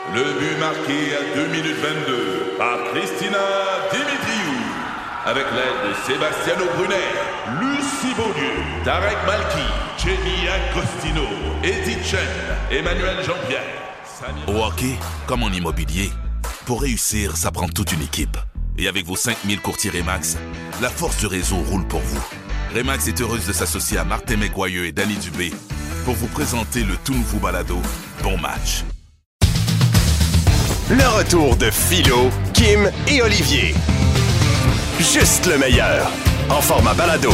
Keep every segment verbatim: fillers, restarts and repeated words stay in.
Le but marqué à deux minutes vingt-deux par Christina Dimitriou. Avec l'aide de Sebastiano Brunet, Lucie Beaulieu, Tarek Malki, Jenny Agostino, Eddie Chen, Emmanuel Jean-Pierre. Samir... Au hockey, comme en immobilier, pour réussir, ça prend toute une équipe. Et avec vos cinq mille courtiers Remax, la force du réseau roule pour vous. Remax est heureuse de s'associer à Martin McGuire et Danny Dubé pour vous présenter le tout nouveau balado Bon Match. Le retour de Philo, Kim et Olivier. Juste le meilleur. En format balado.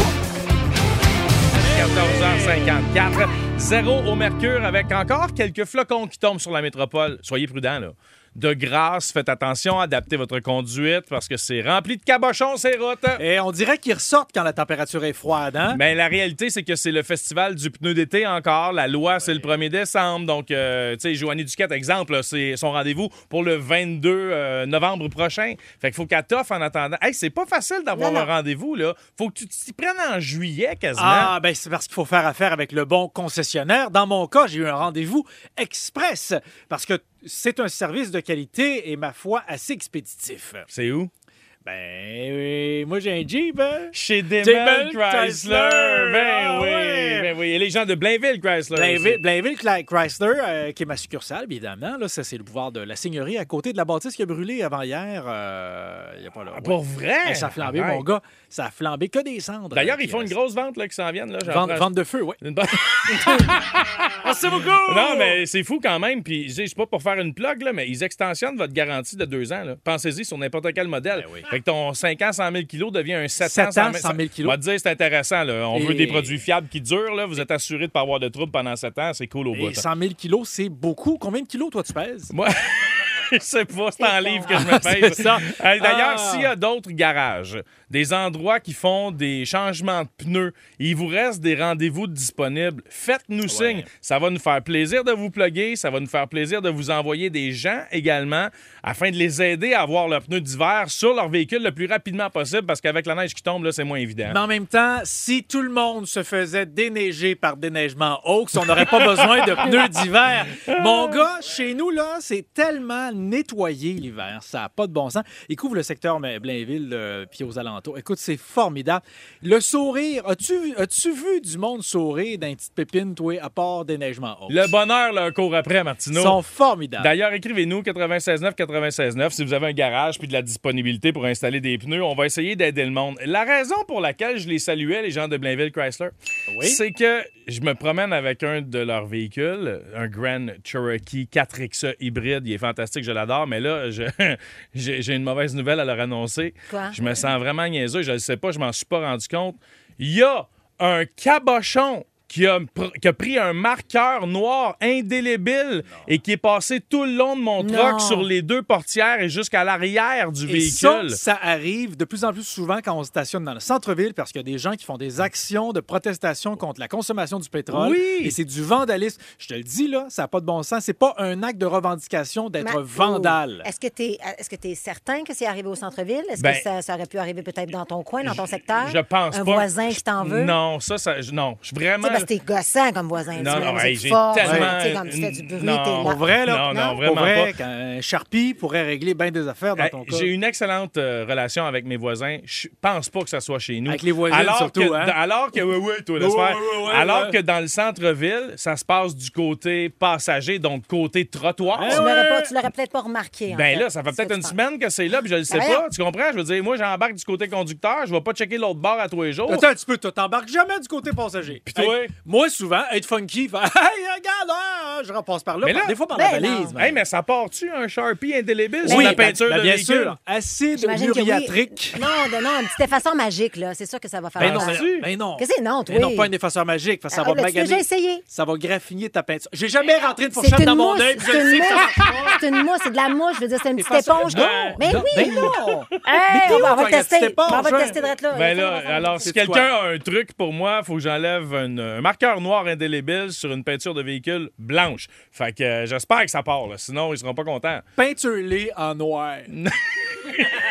quatorze heures cinquante-quatre. Zéro au mercure avec encore quelques flocons qui tombent sur la métropole. Soyez prudents, là. De grâce, faites attention, adaptez votre conduite parce que c'est rempli de cabochons, ces routes. Et on dirait qu'ils ressortent quand la température est froide, hein? Mais la réalité, c'est que c'est le festival du pneu d'été encore. La loi, ouais. C'est le premier décembre. Donc, euh, tu sais, Joanie Duquette, exemple, là, c'est son rendez-vous pour le vingt-deux euh, novembre prochain. Fait qu'il faut qu'elle t'offre en attendant. Hey, c'est pas facile d'avoir non, non. un rendez-vous, là. Faut que tu t'y prennes en juillet, quasiment. Ah, ben c'est parce qu'il faut faire affaire avec le bon concessionnaire. Dans mon cas, j'ai eu un rendez-vous express parce que c'est un service de qualité et, ma foi, assez expéditif. C'est où? Ben oui, moi j'ai un Jeep, hein? Chez Demel Chrysler! Chrysler. Ben ah, oui, ouais. ben oui. Et les gens de Blainville Chrysler. Blainville, Blainville Chrysler, euh, qui est ma succursale, évidemment. Là, ça, c'est le pouvoir de la seigneurie à côté de la bâtisse qui a brûlé avant hier. Euh, y a pas là. Ouais. Pour vrai? Et ça a flambé, ah, mon gars. Ça a flambé que des cendres. D'ailleurs, ils font une grosse vente là, qui s'en viennent. Là, vente, vente de feu, oui. Merci beaucoup! Non, mais c'est fou quand même. Puis, je sais pas pour faire une plug, là, mais ils extensionnent votre garantie de deux ans. Là. Pensez-y sur n'importe quel modèle. Ben oui. Fait que ton cinq ans, cent mille kilos devient un sept ans, cent mille kilos. On va te dire, c'est intéressant. Là. On Et... veut des produits fiables qui durent. Là. Vous êtes assuré de ne pas avoir de troubles pendant sept ans. C'est cool au bout. Et cent mille kilos, c'est beaucoup. Combien de kilos, toi, tu pèses? Moi... Je sais pas, c'est en livre que je me pèse. C'est ça. D'ailleurs, ah. s'il y a d'autres garages, des endroits qui font des changements de pneus, il vous reste des rendez-vous disponibles, faites-nous ouais. signe. Ça va nous faire plaisir de vous plugger, ça va nous faire plaisir de vous envoyer des gens également afin de les aider à avoir leurs pneus d'hiver sur leur véhicule le plus rapidement possible parce qu'avec la neige qui tombe, là, c'est moins évident. Mais en même temps, si tout le monde se faisait déneiger par déneigement Oaks, on n'aurait pas besoin de pneus d'hiver. Mon gars, chez nous, là, c'est tellement nettoyer l'hiver. Ça n'a pas de bon sens. Il couvre le secteur Blainville euh, puis aux alentours. Écoute, c'est formidable. Le sourire, as-tu, as-tu vu du monde sourire d'un petit pépine, toi, à part déneigement Oaks? Le bonheur, là, court après, Martineau. Ils sont formidables. D'ailleurs, écrivez-nous quatre-vingt-seize neuf quatre-vingt-seize neuf si vous avez un garage puis de la disponibilité pour installer des pneus. On va essayer d'aider le monde. La raison pour laquelle je les saluais, les gens de Blainville Chrysler, oui? c'est que je me promène avec un de leurs véhicules, un Grand Cherokee quatre X E hybride. Il est fantastique, je l'adore, mais là, je, j'ai, j'ai une mauvaise nouvelle à leur annoncer. Quoi? Je me sens vraiment niaiseux, je ne sais pas, je m'en suis pas rendu compte. Il y a un cabochon qui a, pr- qui a pris un marqueur noir indélébile non. et qui est passé tout le long de mon truck sur les deux portières et jusqu'à l'arrière du et véhicule. Ça, ça arrive de plus en plus souvent quand on se stationne dans le centre-ville parce qu'il y a des gens qui font des actions de protestation contre la consommation du pétrole. Oui. Et c'est du vandalisme. Je te le dis, là, ça n'a pas de bon sens. C'est pas un acte de revendication d'être Ma... vandale. Est-ce que tu es est-ce que tu es certain que c'est arrivé au centre-ville? Est-ce ben, que ça, ça aurait pu arriver peut-être dans ton coin, dans ton secteur? Je pense un pas. Un voisin qui t'en veut? Non, ça, ça non. Je suis vraiment... Parce que t'es gossant comme voisin. Non, non, hey, j'ai fort, tellement... Tu sais, comme tu fais du bruit, non, t'es là. Pour vrai, là? Non, non, non vraiment vrai, pas. Un Sharpie pourrait régler bien des affaires dans hey, ton cas. J'ai une excellente euh, relation avec mes voisins. Je pense pas que ça soit chez nous. Avec les voisins, alors surtout, que, hein? Alors que... Oui, oui, toi, laisse ouais, faire. Ouais, ouais, alors ouais. que dans le centre-ville, ça se passe du côté passager, donc côté trottoir. Tu l'aurais, pas, tu l'aurais peut-être pas remarqué. Ben fait. là, ça fait peut-être une semaine que c'est là, puis je le sais ben pas. ouais. Tu comprends? Je veux dire, moi, j'embarque du côté conducteur, je vais pas checker l'autre bord à tous les jours. Attends un petit peu, toi, t'embarques jamais du côté passager. Puis toi? Hey, moi, souvent, être funky, faire hey, regarde, hein, je repasse par là. Mais là des fois par ben la valise. Hey, mais ça part-tu un Sharpie indélébile oui, sur la ben, peinture ben, de bien véhicule? sûr. Acide J'imagine que uriatrique. oui. Non, de, non, une petite effaceur magique, là. C'est sûr que ça va faire Ben non, affaire. ben, ben non. Qu'est-ce que c'est? Non, toi? Ben non, pas un effaceur magique, parce que ça Ah, va l'as-tu maganer. déjà essayé? Ça va graffiner ta peinture. J'ai jamais rentré une C'est fourchette une dans mon mousse, œil, puis je c'est le sais une que ça marche mousse. pas. C'est une mousse, c'est de la mousse. Je veux dire, c'est une petite Effaceur- éponge. Non, Mais non, oui! ben non. Hey, Mais on va, on va t'es où, le tester. ta petite éponge, On va le hein? tester direct là. Ben Tiens, on là, va faire alors, un- si C'est quelqu'un quoi? a un truc pour moi, il faut que j'enlève une- un marqueur noir indélébile sur une peinture de véhicule blanche. Fait que euh, j'espère que ça part, là. Sinon, ils seront pas contents. Peinture-les en noir.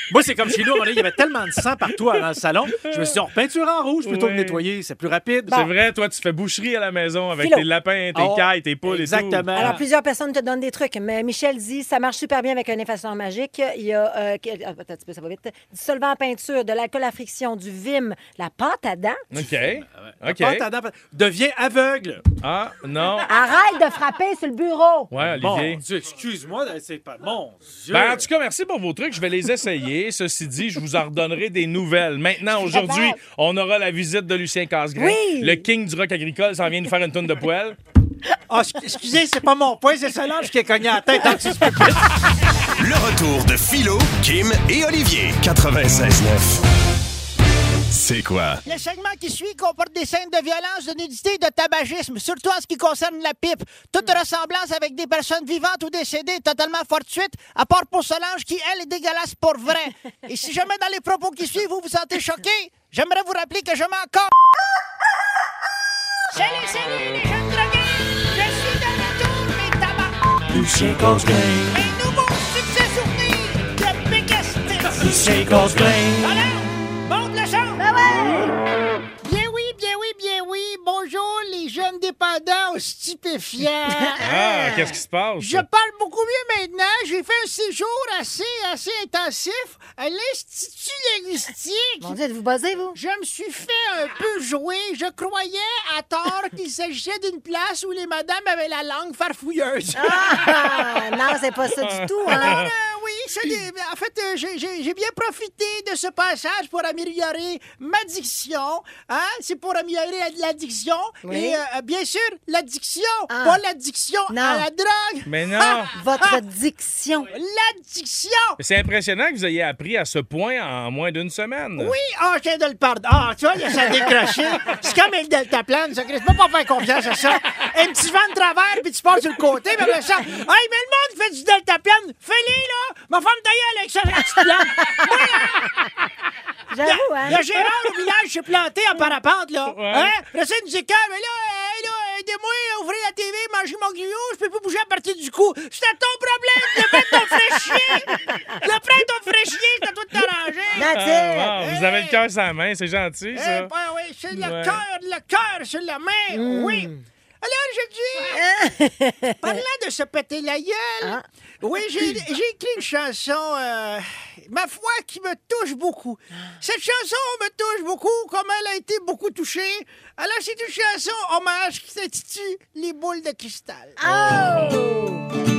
Moi, c'est comme chez nous, à un moment donné, il y avait tellement de sang partout dans le salon. Je me suis dit, on repeinture en rouge plutôt que Ouais. de nettoyer. C'est plus rapide. C'est Bon. vrai, toi, tu fais boucherie à la maison avec Philo. tes lapins, tes Oh, cailles, tes poules exactement. et tout. Alors, plusieurs personnes te donnent des trucs, mais Michel dit ça marche super bien avec un effaceur magique. Il y a, euh, que- ah, attends un petit peu, ça va vite. Du solvant à peinture, de l'alcool à friction, du Vim, la pâte à dents. OK. OK. Pâte à dents, deviens aveugle. Ah, non. Arrête de frapper sur le bureau. Ouais, Mon Olivier. Dieu, excuse-moi, c'est pas... Mon Dieu. Ben, en tout cas, merci pour vos trucs. Je vais les essayer. Ceci dit, je vous en redonnerai des nouvelles. Maintenant, aujourd'hui, capable. on aura la visite de Lucien Casgrain. Oui. Le king du rock agricole s'en vient nous faire une tonne de poêle. Ah, excu- excusez, c'est pas mon point, c'est Solange qui est cogné à la tête dans le petit pupitre. Le retour de Philo, Kim et Olivier. quatre-vingt-seize neuf. C'est quoi? Le segment qui suit comporte des scènes de violence, de nudité et de tabagisme, surtout en ce qui concerne la pipe. Toute ressemblance avec des personnes vivantes ou décédées est totalement fortuite, à part pour Solange qui, elle, est dégueulasse pour vrai. Et si jamais dans les propos qui suivent, vous vous sentez choqué, j'aimerais vous rappeler que je m'en encore. Salut, salut, les jeunes drogués! Je suis de retour, mes tabacs! Lucien Casgrain. Un nouveau succès souvenir de Biggest Hits. Lucien Casgrain. Alors, monte le son! Ah ouais! Bien oui, bien oui, bien oui. Bonjour, les jeunes dépendants aux stupéfiants. Ah, qu'est-ce qui se passe? Je parle beaucoup mieux maintenant. J'ai fait un séjour assez, assez intensif à l'Institut linguistique. Mon Dieu, êtes-vous buzzé, vous? Je me suis fait un peu jouer. Je croyais à tort qu'il s'agissait d'une place où les madames avaient la langue farfouilleuse. Ah, non, c'est pas ça du tout, hein? Alors, euh, oui, c'est des- en fait, euh, j'ai- j'ai j'ai bien profité de ce passage pour améliorer ma diction. Hein? C'est pour améliorer l'addiction. Oui. Et euh, bien sûr, l'addiction, Ah. pas l'addiction Non. à la drogue. Mais non. Ah, Votre diction. l'addiction. C'est impressionnant que vous ayez appris à ce point en moins d'une semaine. Oui, ah, je viens de le pardonner. Ah, tu vois, il y a ça décroché. C'est comme le deltaplane, ça. Tu peux pas faire confiance à ça. Un petit vent de travers, puis tu passes sur le côté, mais après ça. Hey, mais le monde qui fait du deltaplane, fais-le, là. Ma femme d'ailleurs avec ça, la petite plane. J'avoue, hein? Le Gérard au village s'est planté en parapente, là. Ouais. Hein? Après ça, il nous dit, calme, mais là, hey, là, aidez-moi à ouvrir la T V, manger mon grillot, je peux plus bouger à partir du cou. C'est ton problème, le prends ton frais chier. Le prends ton frais chier, c'est à toi de t'arranger. That's Ah, it. wow, vous avez le cœur sur la main, c'est gentil, Eh ça. ben oui, c'est le Ouais. cœur, le cœur sur la main, oui. Alors, je dis, parlant de se péter la gueule, Ah. oui, j'ai j'ai écrit une chanson, euh, ma foi, qui me touche beaucoup. Cette chanson me touche beaucoup, comme elle a été beaucoup touchée. Alors, c'est une chanson hommage qui s'intitule « Les boules de cristal ». Oh!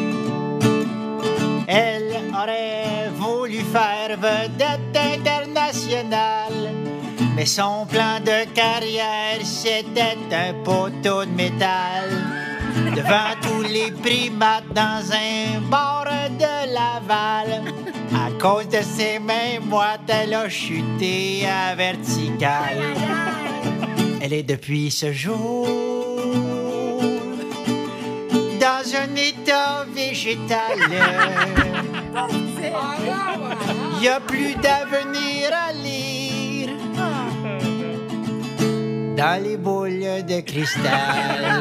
Elle aurait voulu faire vedette internationale, mais son plan de carrière, c'était un poteau de métal. Devant tous les primates dans un bar de Laval. À cause de ses mains moites, elle a chuté à verticale. Elle est depuis ce jour dans un état végétal. Il n'y a plus d'avenir à lire dans les boules de cristal.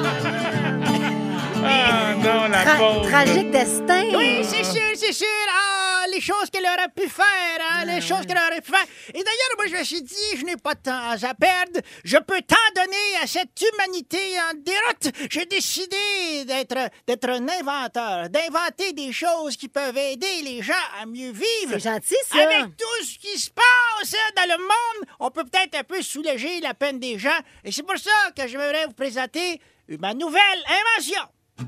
Ah non, la Tra- pauvre. tragique destin. Oui, c'est sûr, c'est sûr. Ah, les choses qu'elle aurait pu faire, hein, les choses qu'elle aurait pu faire. Et d'ailleurs, moi, je me suis dit, je n'ai pas de temps à perdre. Je peux tant donner à cette humanité en déroute. J'ai décidé d'être, d'être un inventeur, d'inventer des choses qui peuvent aider les gens à mieux vivre. C'est gentil, ça. Avec tout ce qui se passe hein, dans le monde, on peut peut-être un peu soulager la peine des gens. Et c'est pour ça que j'aimerais vous présenter ma nouvelle invention.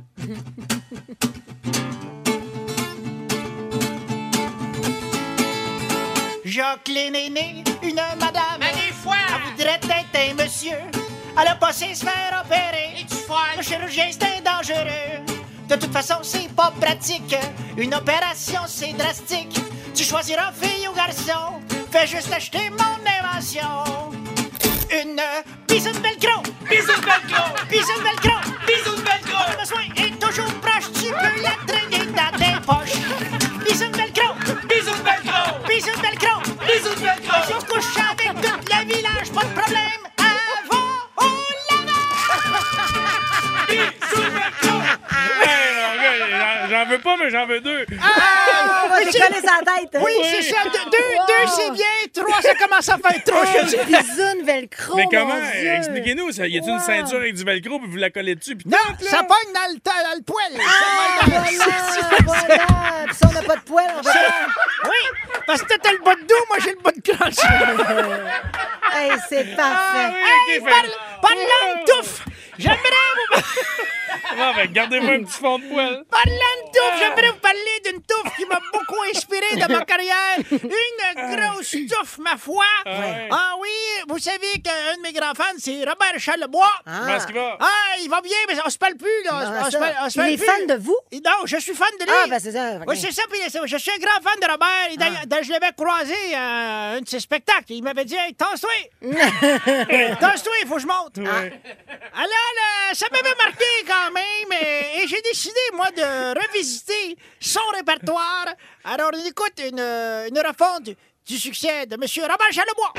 Jacqueline est née, une madame. Mais des fois! Elle voudrait être un monsieur. Elle a passé se faire opérer. Et tu foires. Le chirurgien, c'est dangereux. De toute façon, c'est pas pratique. Une opération, c'est drastique. Tu choisiras fille ou garçon. Fais juste acheter mon invention. Une bisou de velcro. Bisou de velcro. Bisou de velcro. Bisou de velcro. Le besoin est toujours proche. Tu peux la traîner dans tes poches. Bisou de velcro. Bisou de velcro. Bisou de velcro. Bisou de velcro. Je couche avec tout le village. Pas de problème. Avant ou l'avant. Bisou de velcro. Hey, mon gars, j'en veux pas, mais j'en veux deux. Ah, on va décoller sa tête. Oui, c'est ça. De- deux, Wow. deux, c'est bien. Trois, ça commence à faire trop. Hey, bisoune, velcro, Mais comment? mon Dieu. Expliquez-nous. Ça, y a-t-il une Wow. ceinture avec du velcro puis vous la collez dessus? Puis Non, tout, là? ça pogne dans le, dans le poêle. Ah, Ça pogne dans- voilà, voilà. Puis si on n'a pas de poêle, on va faire... Oui, parce que toi, t'as le bas de dos, moi, j'ai le bas de crunch. Hey, c'est parfait. Oui, Hey, ok, parle, fait- parlant de touffe, j'aimerais vous... Ah, ben, gardez-moi un petit fond de poêle. Parlant de touffe, j'aimerais vous parler d'une touffe qui m'a beaucoup inspiré dans ma carrière. Une grosse touffe, ma foi. Ouais. Ah oui, vous savez qu'un de mes grands fans, c'est Robert Charlebois. Comment est-ce qu'il va? Ah, il va bien, mais on se parle plus, là. Ah, on se ça. parle- on se Il parle est plus. fan de vous? Et non, je suis fan de lui. Ah, ben c'est ça. Oui, c'est ça, puis c'est- je suis un grand fan de Robert. Et d'ailleurs, d'ailleurs, je l'avais croisé à un de ses spectacles. Il m'avait dit, hey, tasse-toi. Tasse-toi, il faut que je monte. Ah. Alors, là, ça m'avait marqué quand même. Et, et j'ai décidé, moi, de revisiter son répertoire. Alors, on écoute une, une refonte du, du succès de M. Robert Charlebois.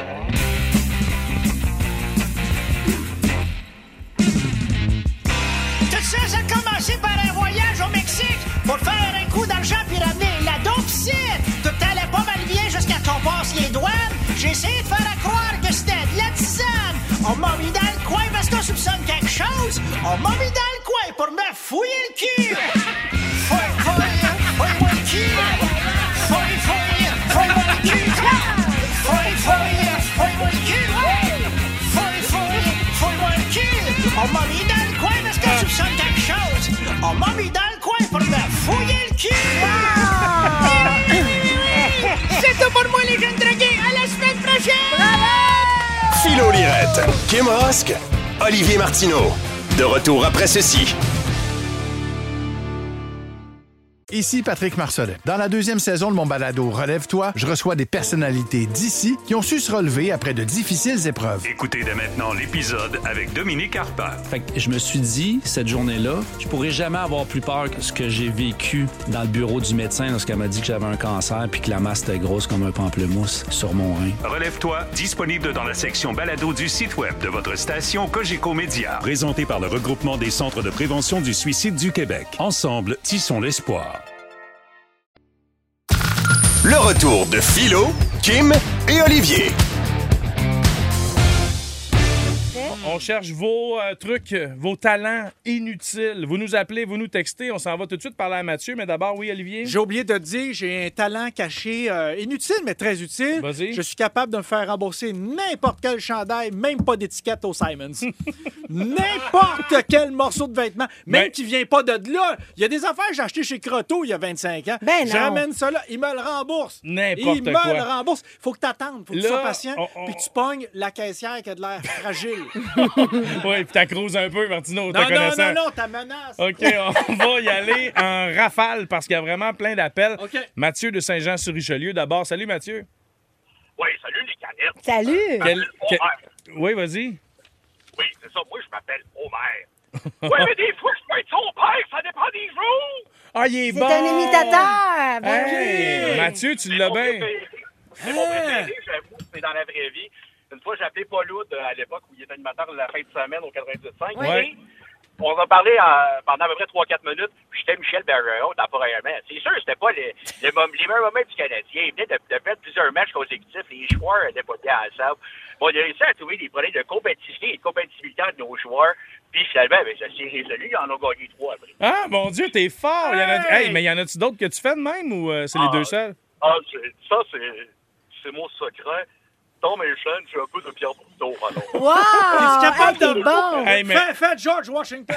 Tout ça, ça a commencé par un voyage au Mexique pour faire un coup d'argent puis ramener la dope ici. Tout allait pas mal bien jusqu'à qu'on passe les douanes. J'ai essayé de faire à croire que c'était de la tisane. On m'a mis dans le coin parce qu'on soupçonne quelque chose. On m'a mis dans le coin pour me fouiller le cul. Fouille, fouille, fouille-moi le cul. Fouille, fouille, fouille-moi le cul. Fouille, fouille, fouille-moi le cul. Fouille, fouille, fouille-moi le cul. On m'a mis dans le coin parce qu'on soupçonne quelque chose. On m'a mis dans le coin pour me fouiller le cul. C'est tout pour moi, les jeunes drogués. À la semaine prochaine. Philo Lirette, Kim Rosk, Olivier Martineau. De retour après ceci. Ici Patrick Marcelet. Dans la deuxième saison de mon balado Relève-toi, je reçois des personnalités d'ici qui ont su se relever après de difficiles épreuves. Écoutez dès maintenant l'épisode avec Dominique Arpin. Fait que je me suis dit, cette journée-là, je pourrais jamais avoir plus peur que ce que j'ai vécu dans le bureau du médecin lorsqu'elle m'a dit que j'avais un cancer puis que la masse était grosse comme un pamplemousse sur mon rein. Relève-toi, disponible dans la section balado du site web de votre station Cogeco Média. Présenté par le regroupement des centres de prévention du suicide du Québec. Ensemble, tissons l'espoir. Le retour de Philo, Kim et Olivier. On cherche vos euh, trucs, euh, vos talents inutiles. Vous nous appelez, vous nous textez. On s'en va tout de suite parler à Mathieu. Mais d'abord, oui, Olivier? J'ai oublié de te dire, j'ai un talent caché euh, inutile, mais très utile. Vas-y. Je suis capable de me faire rembourser n'importe quel chandail, même pas d'étiquette au Simons. N'importe quel morceau de vêtement, même Ben- qui vient pas de là. Il y a des affaires que j'ai achetées chez Croteau il y a vingt-cinq ans. Ben Je non. ramène ça là, il me le rembourse. N'importe Il me quoi. le rembourse. Faut que tu attendes, faut que tu Là, sois patient, on- on- puis que tu pognes la caissière qui a de l'air fragile. Oui, puis t'accroches un peu, Martino, te non, non, connaissant. non, non, ta menace. OK, on va y aller en rafale parce qu'il y a vraiment plein d'appels. OK. Mathieu de Saint-Jean-sur-Richelieu, d'abord. Salut, Mathieu. Oui, salut les canettes. Salut. Quel- quel- Homer. Oui, vas-y. Oui, c'est ça. Moi, je m'appelle Homer. Oui, mais des fois, je peux être son père. Ça dépend des jours. Ah, il est C'est bon! un imitateur. Ben Hey, oui. Mathieu, tu C'est l'as mon bien. préféré. C'est mon préféré, j'avoue. C'est dans la vraie vie. Une fois, j'ai appelé Paul Oud à l'époque où il était animateur de la fin de semaine au quatre-vingt-dix cinq. Ouais. On a parlé en- pendant à peu près trois quatre minutes, puis j'étais Michel Bergeron temporairement. C'est sûr, c'était pas les, les, mom- les meilleurs moments du Canadien. Il venait de, de perdre plusieurs matchs consécutifs. Les joueurs n'étaient pas bien ensemble. Bon, il a réussi à trouver des problèmes de compétitivité et de compatibilité entre nos joueurs. Puis finalement, ben, ça s'est résolu. Ils en ont gagné trois après. Ah, mon Dieu, t'es fort! Il y en a... Hey! Hey, mais y en a-tu d'autres que tu fais de même ou euh, c'est les Ah. deux seuls? Ah, c'est- ça, c'est, c'est mon secret. Dans mes chaînes, j'ai un peu de Pierre Trudeau, alors. Wow! Es-tu capable Hey, de- t'es bon. Hey, mais- Fais, fais George Washington.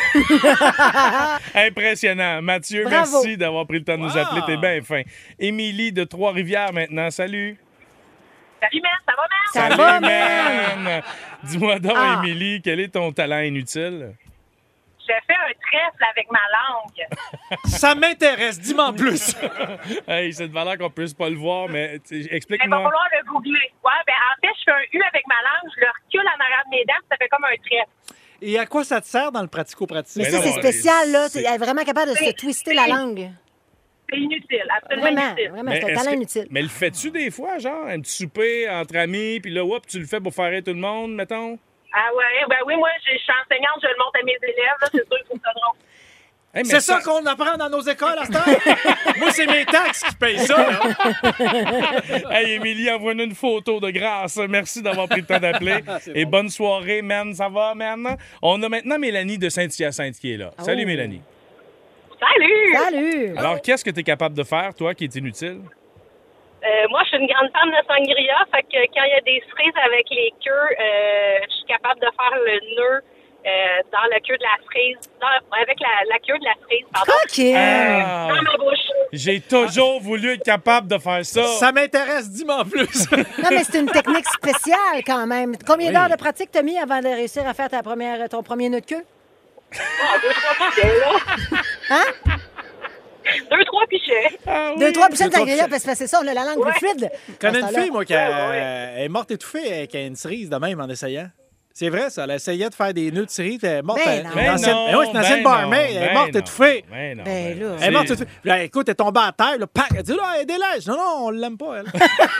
Impressionnant. Mathieu, Bravo. merci d'avoir pris le temps de nous Wow. appeler. T'es bien fin. Émilie de Trois-Rivières maintenant. Salut. Salut, man, ça va, man? Ça Salut, va, man. Dis-moi donc, Ah. Émilie, quel est ton talent inutile? Je fais un trèfle avec ma langue. Ça m'intéresse, dis-moi en plus. Hey, c'est de valeur qu'on puisse pas le voir, mais tu- Il va explique-moi. falloir le googler. Ouais, ben en fait, je fais un U avec ma langue, je le recule en arrière de mes dents, puis ça fait comme un trèfle. Et à quoi ça te sert dans le pratico-pratique? Mais Mais ça, non, c'est spécial, là. c'est- Elle est vraiment capable de se twister la langue. C'est inutile, absolument Vraiment, inutile. vraiment, c'est un est-ce talent que- inutile. mais le fais-tu des fois, genre, un petit souper entre amis, puis là, hop, tu le fais pour faire rire tout le monde, mettons? Ah ouais, ben oui, moi, je je suis enseignante, je le montre à mes élèves, là, c'est sûr qu'il faut que ça drôle. Hey, mais c'est ça, ça qu'on apprend dans nos écoles à ce temps. Moi, c'est mes taxes qui payent ça. Là. Hey, Émilie, envoie-nous une photo de grâce. Merci d'avoir pris le temps d'appeler. Et bon. Bonne soirée, man. Ça va, man? On a maintenant Mélanie de Saint-Hyacinthe qui est là. Oh. Salut, Mélanie. Salut! Salut! Alors, qu'est-ce que tu es capable de faire, toi, qui est inutile? Euh, moi, je suis une grande fan de sangria. Fait que quand il y a des cerises avec les queues, euh, je suis capable de faire le nœud euh, dans la queue de la cerise. Dans, avec la, la queue de la cerise, pardon. OK! Ah. Dans ma bouche. J'ai toujours voulu être capable de faire ça. Ça m'intéresse, dis-moi en plus. Non, mais c'est une technique spéciale quand même. Combien Oui. d'heures de pratique t'as mis avant de réussir à faire ta première, ton premier nœud de queue? Ah, deux, trois pichets, là. Hein? Deux, trois pichets. Ah, oui. Deux, trois pichets de Deux, trois sangria, pichets. parce que c'est ça, on a la langue Ouais. plus fluide. Je connais Dans ce une temps-là. fille, moi, qui a- elle est morte étouffée avec une cerise de même en essayant. C'est vrai, ça. Elle essayait de faire des nœuds de cerise. Elle est morte. Ben elle- non. une Ben ancienne- non, ben oui, c'est une ancienne ben barmaid. non, Elle est ben morte non. étouffée. Ben non, Ben là. Elle est morte C'est- étouffée. Puis là, écoute, elle est tombée à terre. Là, pac, elle dit là, elle est délège. Non, non, on l'aime pas, elle.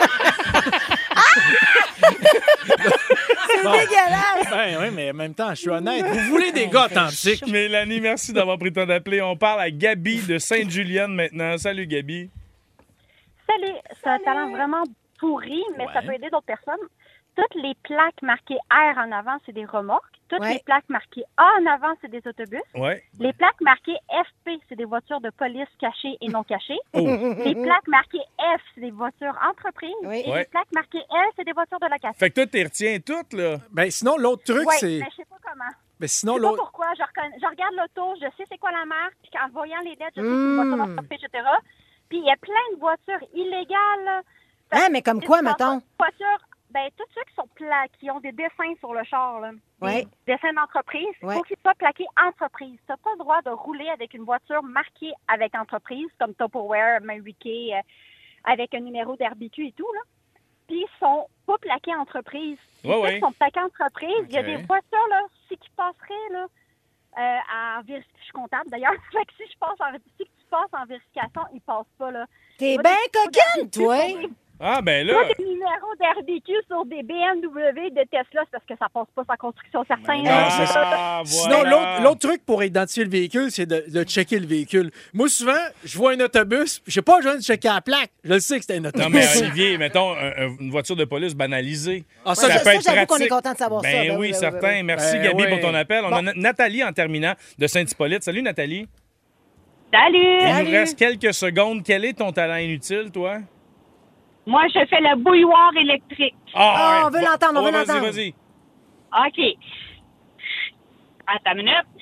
C'est Bon. dégueulasse! Ben oui, mais en même temps, je suis honnête. Vous voulez des gars authentiques? Mélanie, merci d'avoir pris le temps d'appeler. On parle à Gabi de Sainte-Julienne maintenant. Salut, Gabi. Salut, c'est un talent vraiment pourri, mais ça peut aider d'autres personnes. Toutes les plaques marquées R en avant, c'est des remorques. Toutes Ouais. les plaques marquées A en avant, c'est des autobus. Ouais. Les plaques marquées F P, c'est des voitures de police cachées et non cachées. Oh. Les plaques marquées F, c'est des voitures entreprises. Oui. Et Ouais. les plaques marquées L, c'est des voitures de location. Fait que toi, t'es retiens toutes, là. Ben sinon, l'autre truc, Oui, c'est. mais je sais pas comment. Ben Je sinon, sais pas l'autre. pourquoi. Je, reconna- je regarde l'auto, je sais c'est quoi la marque, puis en voyant les lettres, je sais que c'est une voiture Mm. d'entreprise, et cetera. Puis il y a plein de voitures illégales. là. Fait Hein, que mais comme c'est quoi, une mettons? Voiture, ben, tous ceux qui sont pla- qui ont des dessins sur le char, là, Ouais. des dessins d'entreprise, il Ouais. faut qu'ils soient plaqués entreprise. Tu n'as pas le droit de rouler avec une voiture marquée avec entreprise, comme Tupperware, Mary Kay, euh, avec un numéro d'R B Q et tout. Là. Puis ils sont pas plaqués entreprise. Ouais, Ceux ouais. qui sont plaqués entreprise, il y a Ok. des voitures, là, si qui passeraient, là, euh, à vérification. Je suis comptable, d'ailleurs. Fait que si je passe en, si tu passes en vérification, ils passent pas, là. T'es Moi, bien des numéros coquine, d'R B Q toi! sur des- Ah, ben là. Moi, des numéros d'R B Q sur des B M W, de Tesla, c'est parce que ça passe pas sa construction certaine. Non, là. c'est ça. Ah, Sinon, voilà. l'autre, l'autre truc pour identifier le véhicule, c'est de, de checker le véhicule. Moi, souvent, je vois un autobus, je sais pas besoin de checker la plaque. Je le sais que c'est un autobus. Non, mais Olivier, mettons, un- un- une voiture de police banalisée. Ah, ça, Ouais, ça ça, peut être j'avoue qu'on pratique. est content de savoir Ben ça. Ben oui, oui, ben certain. oui, oui. Merci, Ben Gabi, oui. pour ton appel. On Bon. a Na- Nathalie en terminant de Saint-Hippolyte. Salut, Nathalie. Salut! Il Salut. nous reste quelques secondes. Quel est ton talent inutile, toi? Moi, je fais le bouilloire électrique. Ah, on veut Bon, l'entendre, on ouais, veut vas-y, l'entendre. Vas-y, OK. Attends une minute.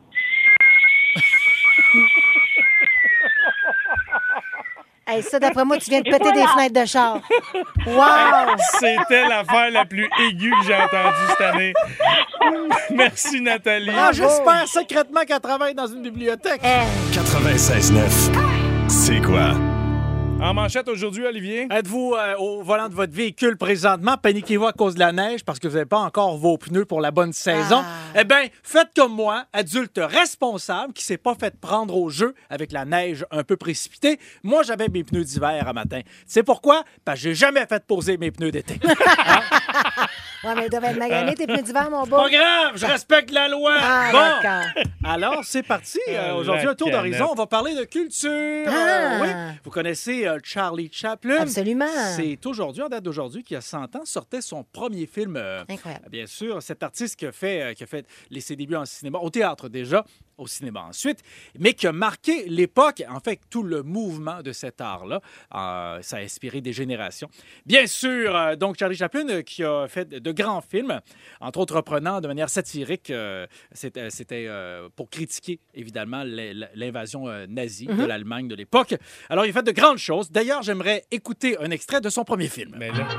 Hey, ça, d'après moi, tu viens de Et péter des voilà. fenêtres de char. Wow! C'était l'affaire la plus aiguë que j'ai entendue cette année. Merci, Nathalie. Ah, j'espère secrètement qu'elle travaille dans une bibliothèque. quatre-vingt-seize neuf. C'est quoi? En manchette aujourd'hui, Olivier? Êtes-vous euh, au volant de votre véhicule présentement? Paniquez-vous à cause de la neige parce que vous n'avez pas encore vos pneus pour la bonne saison. Ah. Eh bien, faites comme moi, adulte responsable qui s'est pas fait prendre au jeu avec la neige un peu précipitée. Moi, j'avais mes pneus d'hiver à matin. C'est pourquoi? Parce que j'ai jamais fait poser mes pneus d'été. Ouais, mais ils doivent être maganés, tes pneus d'hiver, mon beau. Pas grave, je respecte la loi. Ah, bon, d'accord. alors c'est parti. Euh, Ah, Aujourd'hui, la un tour canette. d'horizon. On va parler de culture. Ah. Euh, oui, vous connaissez euh, Charlie Chaplin. Absolument. C'est aujourd'hui, en date d'aujourd'hui, qui a cent ans, sortait son premier film. euh, Incroyable. Bien sûr, cet artiste qui a fait, euh, qui a fait les, ses débuts en cinéma, au théâtre déjà, au cinéma ensuite, mais qui a marqué l'époque, en fait, tout le mouvement de cet art-là. Euh, ça a inspiré des générations. Bien sûr, euh, donc Charlie Chaplin euh, qui a fait de, de grands films, entre autres reprenant de manière satirique, euh, c'était, c'était euh, pour critiquer évidemment l- l'invasion euh, nazie de l'Allemagne de l'époque. Alors, il a fait de grandes choses. D'ailleurs, j'aimerais écouter un extrait de son premier film. Mais là...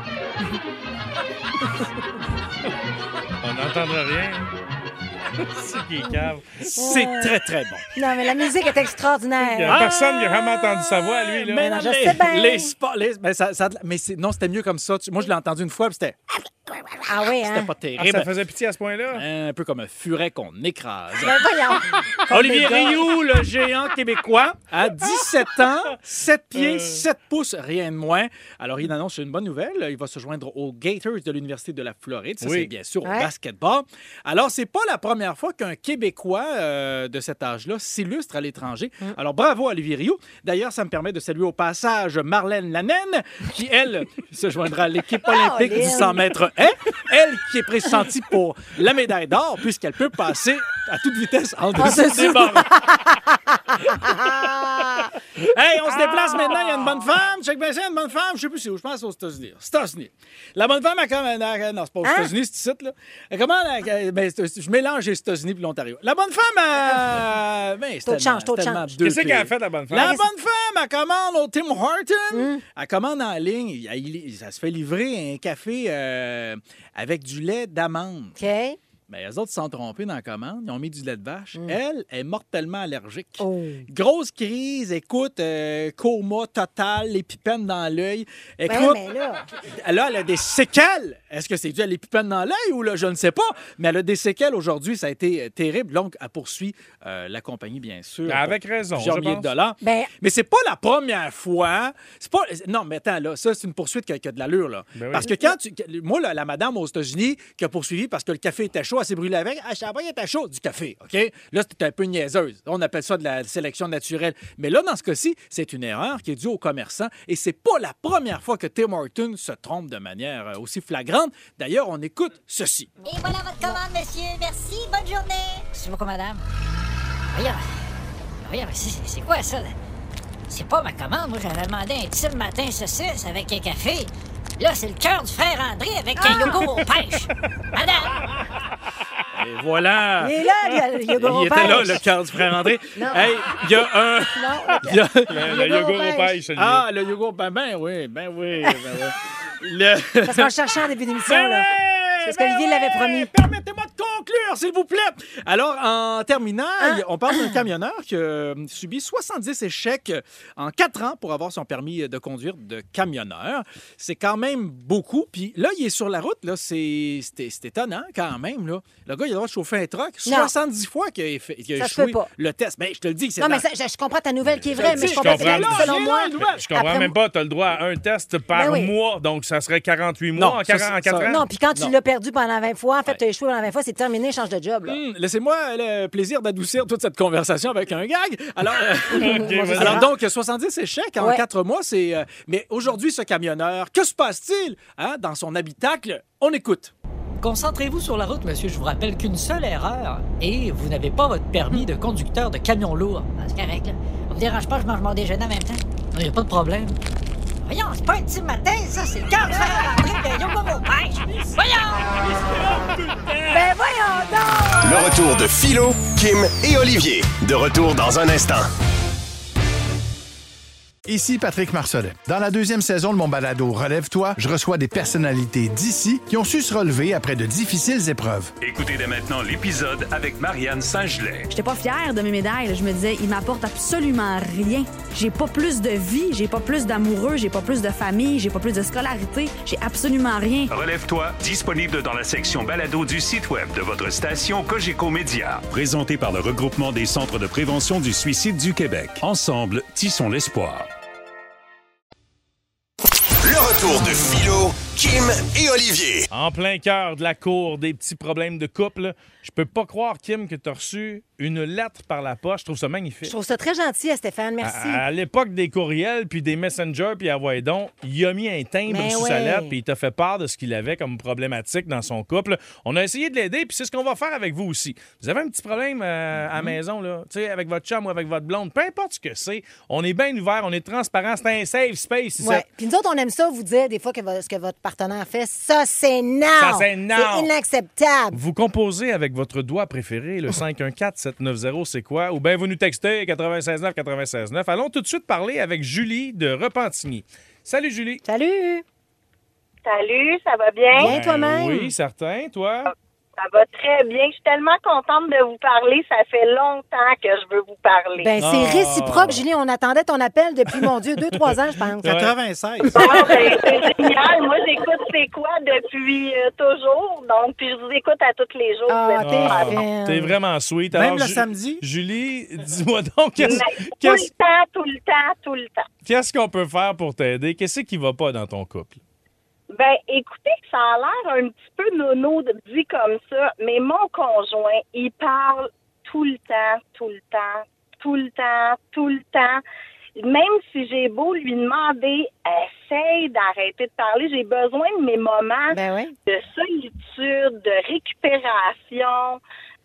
On n'entendra rien. C'est qui est cave. C'est très, très bon. Non, mais la musique est Il n'y extraordinaire. a personne qui a vraiment entendu sa voix, lui. Là. Mais non, non, je les, sais bien. les spa- les- mais ça- ça- mais c'est- non, c'était mieux comme ça. Tu- Moi, je l'ai entendu une fois, puis c'était... Ah oui, hein? C'était pas Ah, terrible. ça faisait pitié à ce point-là? Un peu comme un furet qu'on écrase. Ben voyons. Olivier Rioux, le géant québécois, à dix-sept ans, sept pieds, sept pouces, rien de moins. Alors, il annonce une bonne nouvelle. Il va se joindre aux Gators de l'Université de la Floride. Ça, Oui. c'est bien sûr au Ouais. basketball. Alors, c'est pas la première fois qu'un Québécois euh, de cet âge-là s'illustre à l'étranger. Alors, bravo à Olivier Rioux. D'ailleurs, ça me permet de saluer au passage Marlène Lanaine, qui, elle, se joindra à l'équipe olympique du cent mètres haies. Elle qui est pressentie pour la médaille d'or, puisqu'elle peut passer à toute vitesse en dessous des barres. Hey, on se déplace maintenant. Il y a une bonne femme. Check bien ça, il y a une bonne femme. Je sais plus c'est où. Je pense aux États-Unis. Aux États-Unis. La bonne femme, elle comme. Non, c'est pas aux Hein? États-Unis, c'est ici, là. Elle, comment. elle- ben, c'est- je mélange les États-Unis et l'Ontario. La bonne femme, elle. Ben, c'est Taux de tellement- change, taux de tellement change. deux Qu'est-ce qu'elle a pieds. fait, la bonne femme? La bonne femme, elle commande au Tim Hortons. Elle commande en ligne. Il- il- Ça se fait livrer un café euh, avec du lait d'amande. OK. Mais les autres se sont trompés dans la commande. Ils ont mis du lait de vache. Elle est mortellement allergique. Oh. Grosse crise. Écoute, euh, coma total, l'épipène dans l'œil. Ben, Écoute, mais là, là, elle a des séquelles. Est-ce que c'est dû à l'épipène dans l'œil ou là, je ne sais pas. Mais elle a des séquelles aujourd'hui. Ça a été euh, terrible. Donc, elle poursuit euh, la compagnie, bien sûr. Avec pour raison, plusieurs je milliers pense. de dollars. ben, Mais c'est pas la première fois. C'est pas. Non, mais attends, là, ça, c'est une poursuite qui a, qui a de l'allure, là. Ben oui. Parce que quand tu. Moi, là, la madame aux États-Unis qui a poursuivi parce que le café était chaud, elle s'est brûlée avec. Ah, je savais pas qu'il était chaud, du café, OK? Là, c'était un peu niaiseuse. On appelle ça de la sélection naturelle. Mais là, dans ce cas-ci, c'est une erreur qui est due aux commerçants et c'est pas la première fois que Tim Hortons se trompe de manière euh, aussi flagrante. D'ailleurs, on écoute ceci. Et voilà votre commande, monsieur. Merci, bonne journée. Merci beaucoup, madame. Voyons. Voyons, mais c'est c'est quoi ça? C'est pas ma commande. Moi, j'avais demandé un petit matin saucisse avec un café. Là, c'est le cœur du frère André avec un yogourt aux pêches. Madame! Et voilà. il est là, le yogourt Il aux était là, pêches. le cœur du frère André. Non. Hey, il y a un. Non. il y a- Le, le yogourt aux pêches, Olivier. Ah, le yogourt, ben, ben oui, ben oui, ben oui. Le... Parce qu'on le cherchait en début d'émission, Ben là. oui, Parce qu'Olivier ben l'avait oui. promis. Permettez-moi de conclure, s'il vous plaît. Alors, en terminant, Hein? on parle d'un camionneur qui a subi soixante-dix échecs en quatre ans pour avoir son permis de conduire de camionneur. C'est quand même beaucoup. Puis là, il est sur la route. Là, c'est, c'est, c'est étonnant quand même. Là. Le gars, il a le droit de chauffer un truck. Non. soixante-dix fois qu'il a, fait, qu'il a Ça se échoué peut pas. le test. Ben, je te le dis que c'est Non, mais dans- ça, je, je comprends ta nouvelle qui est Je vraie, le mais dis, je comprends je comprends. que selon J'ai moi. la nouvelle. Je comprends Après- même pas, tu as le droit à un test par Ben oui. mois, donc ça serait quarante-huit mois Non, en, ça, quarante ça- en quatre ça- ans. Non, puis quand tu Non. l'as perdu pendant vingt fois, en fait, Ouais. tu as échoué pendant vingt fois, c'est terminé, change de job. Là. Hum, laissez-moi le plaisir d'adoucir toute cette conversation avec un gag. Alors, euh, Ok, vas-y. alors donc, soixante-dix échecs en Ouais. quatre mois, c'est... euh, mais aujourd'hui, ce camionneur, que se passe-t-il hein, dans son habitacle? On écoute. Concentrez-vous sur la route, monsieur. Je vous rappelle qu'une seule erreur et vous n'avez pas votre permis de conducteur de camion lourd. Ah, c'est correct, là. On me dérange pas, je mange mon déjeuner en même temps. Il n'y a pas de problème. Voyons, c'est pas un petit matin, ça, c'est le cœur du frère André de yogourt aux pêches. Voyons! Ben voyons donc! Le retour de Philo, Kim et Olivier. De retour dans un instant. Ici Patrick Marcelet. Dans la deuxième saison de mon balado Relève-toi, je reçois des personnalités d'ici qui ont su se relever après de difficiles épreuves. Écoutez dès maintenant l'épisode avec Marianne Saint-Gelais. J'étais pas fière de mes médailles. Je me disais, ils m'apportent absolument rien. J'ai pas plus de vie, j'ai pas plus d'amoureux, j'ai pas plus de famille, j'ai pas plus de scolarité, j'ai absolument rien. Relève-toi, disponible dans la section balado du site web de votre station Cogeco Média. Présenté par le regroupement des centres de prévention du suicide du Québec. Ensemble, tissons l'espoir. Le retour de Philo, Kim et Olivier. En plein cœur de la cour des petits problèmes de couple, je peux pas croire, Kim, que tu as reçu une lettre par la poste. Je trouve ça magnifique. Je trouve ça très gentil, à Stéphane, merci. À, à l'époque des courriels puis des messengers puis à voix donc, il a mis un timbre Mais sous ouais. sa lettre puis il t'a fait part de ce qu'il avait comme problématique dans son couple. On a essayé de l'aider puis c'est ce qu'on va faire avec vous aussi. Vous avez un petit problème euh, à la maison là, tu sais, avec votre chum ou avec votre blonde, peu importe ce que c'est, on est bien ouvert, on est transparent, c'est un safe space ici. Ouais. Puis nous autres, on aime ça vous dire des fois que vo- ce que votre partenaire fait, ça, c'est non! Ça, c'est non! C'est inacceptable! Vous composez avec votre doigt préféré, le cinq un quatre sept neuf zéro, c'est quoi? Ou bien vous nous textez quatre-vingt-seize neuf quatre-vingt-seize neuf. Allons tout de suite parler avec Julie de Repentigny. Salut Julie. Salut. Salut, ça va bien? Bien toi-même? Oui, certain. Toi? Ça va très bien. Je suis tellement contente de vous parler. Ça fait longtemps que je veux vous parler. Ben, c'est réciproque, Julie. On attendait ton appel depuis, mon Dieu, deux, trois ans, je pense. quatre-vingt-seize. Ah, ben, c'est génial. Moi, j'écoute C'est quoi depuis euh, toujours. Donc, puis je vous écoute à tous les jours. Ah, Vous êtes Ah, super bon. t'es vraiment sweet. Même Alors, le Ju- samedi? Julie, dis-moi donc, qu'est-ce, Mais Tout qu'est-ce- le temps, tout le temps, tout le temps. qu'est-ce qu'on peut faire pour t'aider? Qu'est-ce qui va pas dans ton couple? Ben, écoutez, ça a l'air un petit peu nono de dit comme ça, mais mon conjoint, il parle tout le temps, tout le temps, tout le temps, tout le temps. Même si j'ai beau lui demander, essaye d'arrêter de parler, j'ai besoin de mes moments de solitude, de récupération.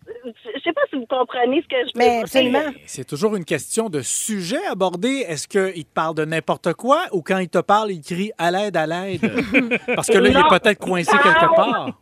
Je sais pas si vous comprenez ce que je veux dire. C'est toujours une question de sujet abordé. Est-ce qu'il te parle de n'importe quoi ou quand il te parle, il crie à l'aide, à l'aide? Parce que là, il Non, est peut-être coincé il quelque parle- part.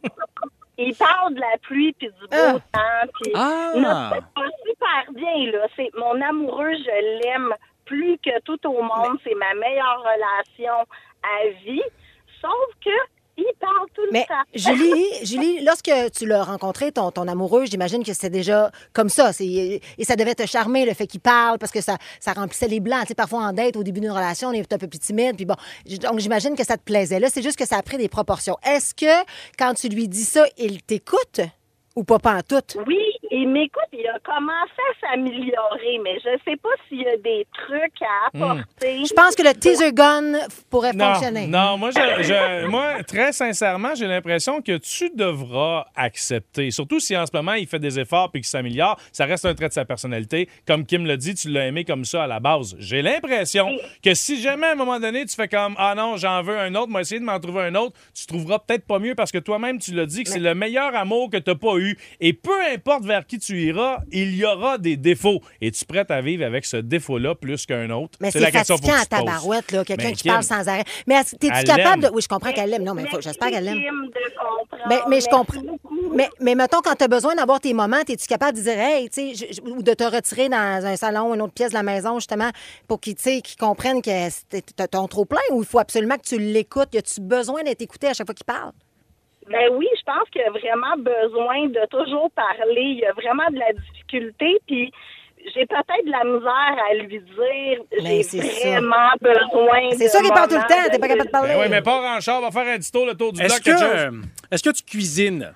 Il parle de la pluie puis du beau Ah. temps. Puis Ah. non, c'est pas super bien, là. C'est mon amoureux, je l'aime plus que tout au monde. C'est ma meilleure relation à vie. Sauf que il parle tout le Mais temps. Julie, Julie, lorsque tu l'as rencontré, ton, ton amoureux, j'imagine que c'était déjà comme ça. C'est, et ça devait te charmer, le fait qu'il parle, parce que ça, ça remplissait les blancs. Tu sais, parfois, en date, au début d'une relation, on est un peu plus timide. Puis bon, j- donc j'imagine que ça te plaisait. Là, c'est juste que ça a pris des proportions. Est-ce que, quand tu lui dis ça, il t'écoute ou pas pantoute? Oui, il m'écoute. Il a commencé à s'améliorer, mais je sais pas s'il y a des trucs à apporter. Je pense que le teaser gun pourrait Non, fonctionner. non, moi, je, je- moi, très sincèrement, j'ai l'impression que tu devras accepter. Surtout si en ce moment, il fait des efforts et qu'il s'améliore, ça reste un trait de sa personnalité. Comme Kim l'a dit, tu l'as aimé comme ça à la base. J'ai l'impression que si jamais à un moment donné, tu fais comme « Ah non, j'en veux un autre, moi essayer de m'en trouver un autre », tu trouveras peut-être pas mieux parce que toi-même, tu l'as dit que c'est le meilleur amour que tu n'as pas eu. Et peu importe vers qui tu iras, il y aura des défauts. Es-tu prête à vivre avec ce défaut-là plus qu'un autre? Mais c'est la question fatigant faut à que tu te poses. tabarouette, là, quelqu'un Ben, qui Kim, parle sans arrêt. Mais est-ce- t'es-tu elle capable de... l'aime. Oui, je comprends qu'elle l'aime. Non, mais faut- j'espère qu'elle l'aime. Kim, de comprendre. Mais, mais je Merci comprends. beaucoup. Mais, mais mettons, quand tu as besoin d'avoir tes moments, es-tu capable de dire, hey, tu sais, je- je- ou de te retirer dans un salon, une autre pièce de la maison, justement, pour qu'ils tu sais, qu'ils comprennent que c'est t'as ton trop plein, ou il faut absolument que tu l'écoutes? Y a-tu besoin d'être écouté à chaque fois qu'il parle? Ben oui, je pense qu'il y a vraiment besoin de toujours parler. Il y a vraiment de la difficulté, puis j'ai peut-être de la misère à lui dire. Mais J'ai c'est ça. vraiment besoin. C'est de sûr qu'il parle tout le moments temps, t'es pas capable de parler. Ben oui, mais pars en char, va faire un petit tour, le tour du Est-ce bloc, que, quelque chose. euh, est-ce que tu cuisines?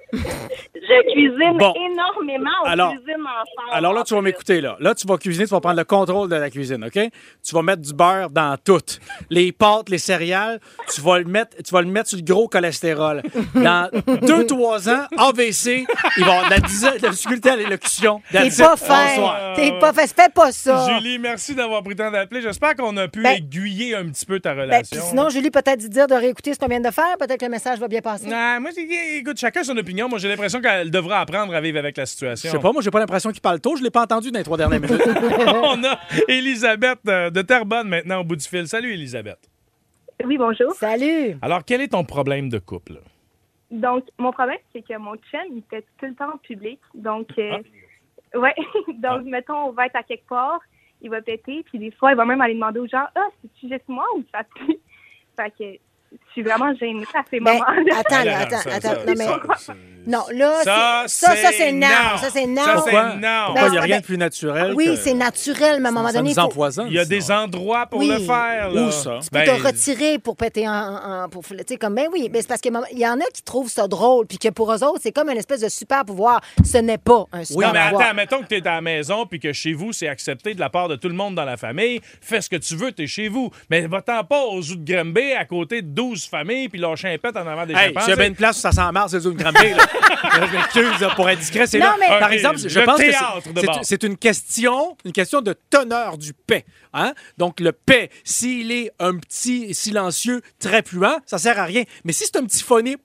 Je cuisine Bon. énormément. On Alors- cuisine ensemble. Alors là, tu vas m'écouter. Là. là, tu vas cuisiner, tu vas prendre le contrôle de la cuisine, OK? Tu vas mettre du beurre dans tout. Les pâtes, les céréales, tu vas le mettre, tu vas le mettre sur le gros cholestérol. Dans deux, trois ans, A V C, il va y avoir de la, dis- de la difficulté à l'élocution. T'es That's pas it. fin. Bonsoir. T'es pas fait. Fais pas ça. Julie, merci d'avoir pris le temps d'appeler. J'espère qu'on a pu Ben- aiguiller un petit peu ta Ben, relation. puis sinon, Julie, peut-être lui dire de réécouter ce qu'on vient de faire. Peut-être que le message va bien passer. Ah, moi, c'est- écoute, chacun son opinion. Moi, j'ai l'impression qu'elle devra apprendre à vivre avec la Je situation. sais pas, moi, j'ai pas l'impression qu'il parle tôt. Je l'ai pas entendu dans les trois dernières minutes. On a Elisabeth euh, de Terrebonne maintenant au bout du fil. Salut, Elisabeth. Oui, bonjour. Salut. Alors, quel est ton problème de couple? Donc, mon problème, c'est que mon chum, il fait tout le temps en public. Donc, euh, ouais. Donc, mettons, on va être à quelque part, il va péter, puis des fois, il va même aller demander aux gens, ah, c'est-tu juste moi ou ça pue? Fait que je suis vraiment gênée à ces Ben, moments-là. attends, là, attends, attends. non, mais... Non, là, Ça, c'est- ça, ça, c'est c'est non. non. Ça, c'est non. Ça, c'est Pourquoi? non. Ben, Pourquoi il n'y a c'est- rien de plus naturel Oui, que- c'est naturel, mais à un moment Ça donné, nous il faut... empoisonne. Il y a des endroits pour Oui. le faire. Là. Où ça? Tu peux Ben, te retirer pour péter en... en- pour, tu sais, comme, ben oui, mais c'est parce qu'il y en a qui trouvent ça drôle, puis que pour eux autres, c'est comme une espèce de super pouvoir. Ce n'est pas un super Oui, mais pouvoir. attends, mettons que tu es à la maison puis que chez vous, c'est accepté de la part de tout le monde dans la famille. Fais ce que tu veux, tu es chez vous. Mais va-t'en pas aux Zoo de Granby à côté de douze familles puis lâcher un pet en avant des Hey, chimpanzés. s'il y avait une place où ça sent marre, c'est une grande là. Là, je m'excuse, là, pour être discret, c'est Non, là. mais- Par Ok, exemple, je le pense que théâtre, c'est- de c'est- bord. c'est une question, une question de teneur du paix. Hein? Donc, le paix, s'il est un petit silencieux très fluent, ça sert à rien. Mais si c'est un petit phoné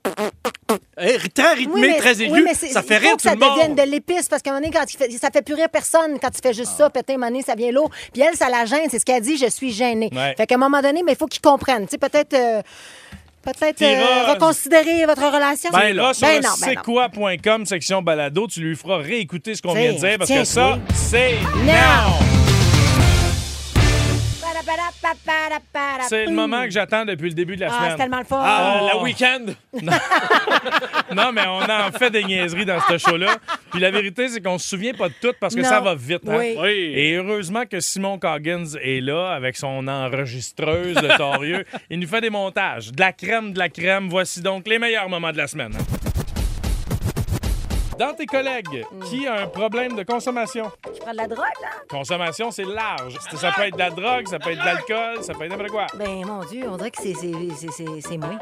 eh, très rythmé, Oui, mais- très aigu, oui, mais c'est- ça fait il faut rire que tout ça le monde. devienne de l'épice, parce qu'à un moment donné, quand il fait, ça fait plus rire personne quand tu fais juste ça, péter un moment donné, ça vient lourd. Puis elle, ça la gêne, c'est ce qu'elle dit, je suis gênée. Ouais. Fait qu'à un moment donné, mais il faut qu'ils comprennent. Tu sais, peut-être... euh, Peut-être T'iras- euh, reconsidérer votre relation. Ben là, sur Ben le non, ben c'est non. quoi point com, section balado, tu lui feras réécouter ce qu'on T'sais, vient de dire parce tiens, que ça, oui. c'est Non. non. Ba-da-ba-da-ba-ba. C'est le moment que j'attends depuis le début de la Ah, semaine. c'est tellement le fun. Ah, Oh. le week-end. Non, mais on en fait des niaiseries dans ce show-là. Puis la vérité, c'est qu'on se souvient pas de tout parce que Non. ça va vite. Hein? Oui. Oui. Et heureusement que Simon Coggins est là avec son enregistreuse de torieux. Il nous fait des montages. De la crème, de la crème. Voici donc les meilleurs moments de la semaine. Dans tes collègues, qui a un problème de consommation? Tu prends de la drogue, là? Consommation, c'est large. C'est- Ça peut être de la drogue, ça peut être de l'alcool, ça peut être n'importe quoi. Ben, mon Dieu, on dirait que c'est, c'est, c'est, c'est, c'est moi.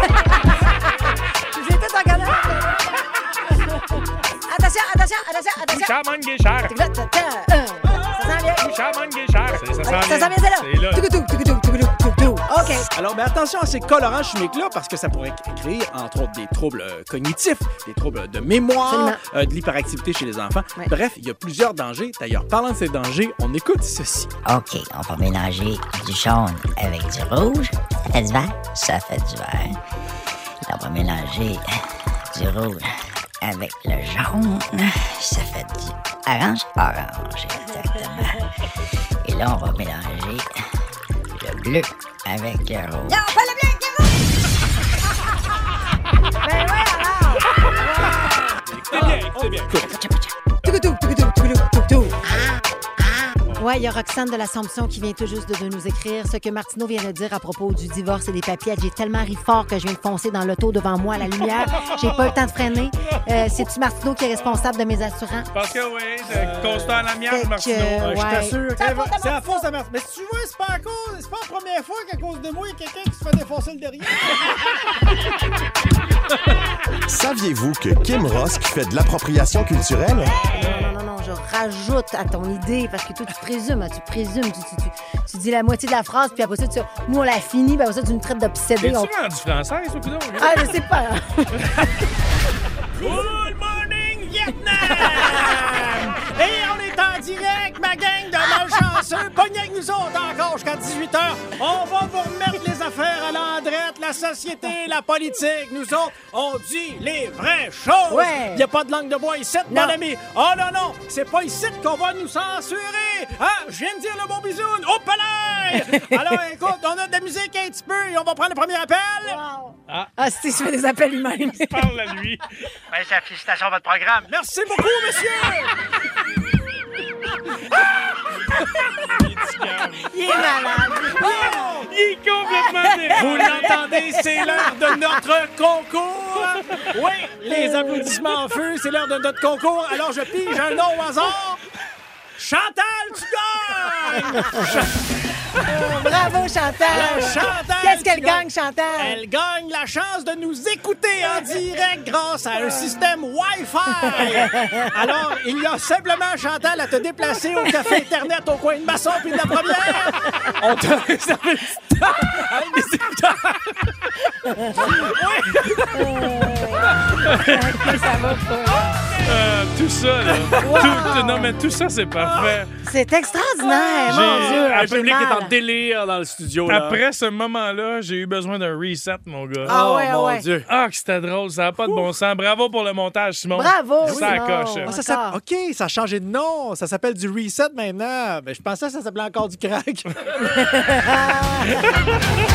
J'ai tout en galère. Attention, attention, attention, attention. Chaman Guéchard. Ça sent bien. Chaman Guéchard. Ça Oui, sent ça sent bien, bien. c'est là. C'est là. Toucoutou, toucoutou, toucoutou, toucoutou. OK. Alors, ben attention à ces colorants chimiques-là parce que ça pourrait créer, entre autres, des troubles euh, cognitifs, des troubles de mémoire, Absolument. euh, de l'hyperactivité chez les enfants. Ouais. Bref, il y a plusieurs dangers. D'ailleurs, parlant de ces dangers, on écoute ceci. OK, on va mélanger du jaune avec du rouge. Ça fait du vert? Ça fait du vert. Là, on va mélanger du rouge avec le jaune. Ça fait du orange. Orange, exactement. Et là, on va mélanger le bleu avec le rouge. Non, pas le bleu, le rouge! Ben ouais, alors! C'est bien, c'est bien. Toucoutou, toucoutou, toucoutou, toucoutou. Ouais, il y a Roxane de l'Assomption qui vient tout juste de nous écrire ce que Martineau vient de dire à propos du divorce et des papiers. Elle dit, j'ai tellement ri fort que je viens de foncer dans l'auto devant moi à la lumière. J'ai pas eu le temps de freiner. Euh, C'est-tu Martineau qui est responsable de mes assurances? Parce que oui, c'est constant à la Fait mienne, que, Martineau. euh, Ouais, je ouais. t'assure. C'est la faute à C'est la faute à Marthe. Mais tu vois, c'est pas à cause, c'est pas la première fois qu'à cause de moi, il y a quelqu'un qui se fait défoncer le derrière. Saviez-vous que Kim Rosk fait de l'appropriation culturelle? Non, non, non, je rajoute à ton idée parce que toi, tu présumes, hein, tu présumes, tu, tu, tu, tu dis la moitié de la phrase, puis après ça, tu, nous, on l'a fini, puis après ça, tu nous traites d'obsédés. Es-tu On... rendu français, ça, coudonc? Ah, je sais pas. Good morning, Vietnam! Et on est en direct, ma gang de malchanceux. Pognez avec nous autres encore jusqu'à dix-huit heures. On va vous remettre les affaires à l'endrette, la société, la politique. Nous autres, on dit les vraies choses. Ouais. Il n'y a pas de langue de bois ici, mon Non. ami. Oh non, non, c'est pas ici qu'on va nous censurer. Hein? Je viens de dire le bon bisoun. Au palais! Alors, écoute, on a de la musique un petit peu et on va prendre le premier appel. Ah, c'est je fais des appels lui-même. Parle à lui. Ben, félicitations à votre programme. Merci beaucoup, monsieur! Il est malade. Il est complètement dé- Vous l'entendez, c'est l'heure de notre concours. Oui, les applaudissements en feu, c'est l'heure de notre concours. Alors, je pige un nom au hasard. Chantal, tu gagnes! Oh, bravo, Chantal. Chantal, Qu'est-ce qu'elle tu gagnes. gagne, Chantal? Elle gagne la chance de nous écouter en direct grâce à un système Wi-Fi. Alors, il y a simplement, Chantal, à te déplacer au café Internet au coin de Masson puis de la Première. On t'a réservé le temps avec des écouteurs. Ça va pas. Euh, tout ça, là. Tout- non, mais tout ça, c'est parfait. C'est extraordinaire, J'ai- mon Dieu. Le j'ai public mal. est en délire dans le studio. Là. Après ce moment-là, j'ai eu besoin d'un reset, mon gars. Ah oh, ouais, mon ouais. Dieu. Ah, que c'était drôle, ça n'a pas de bon sens. Bravo pour le montage, Simon. Bravo, Ça Simon. coche. Ah, ça s'appelle- OK, ça a changé de nom. Ça s'appelle du reset maintenant. Mais je pensais que ça s'appelait encore du crack.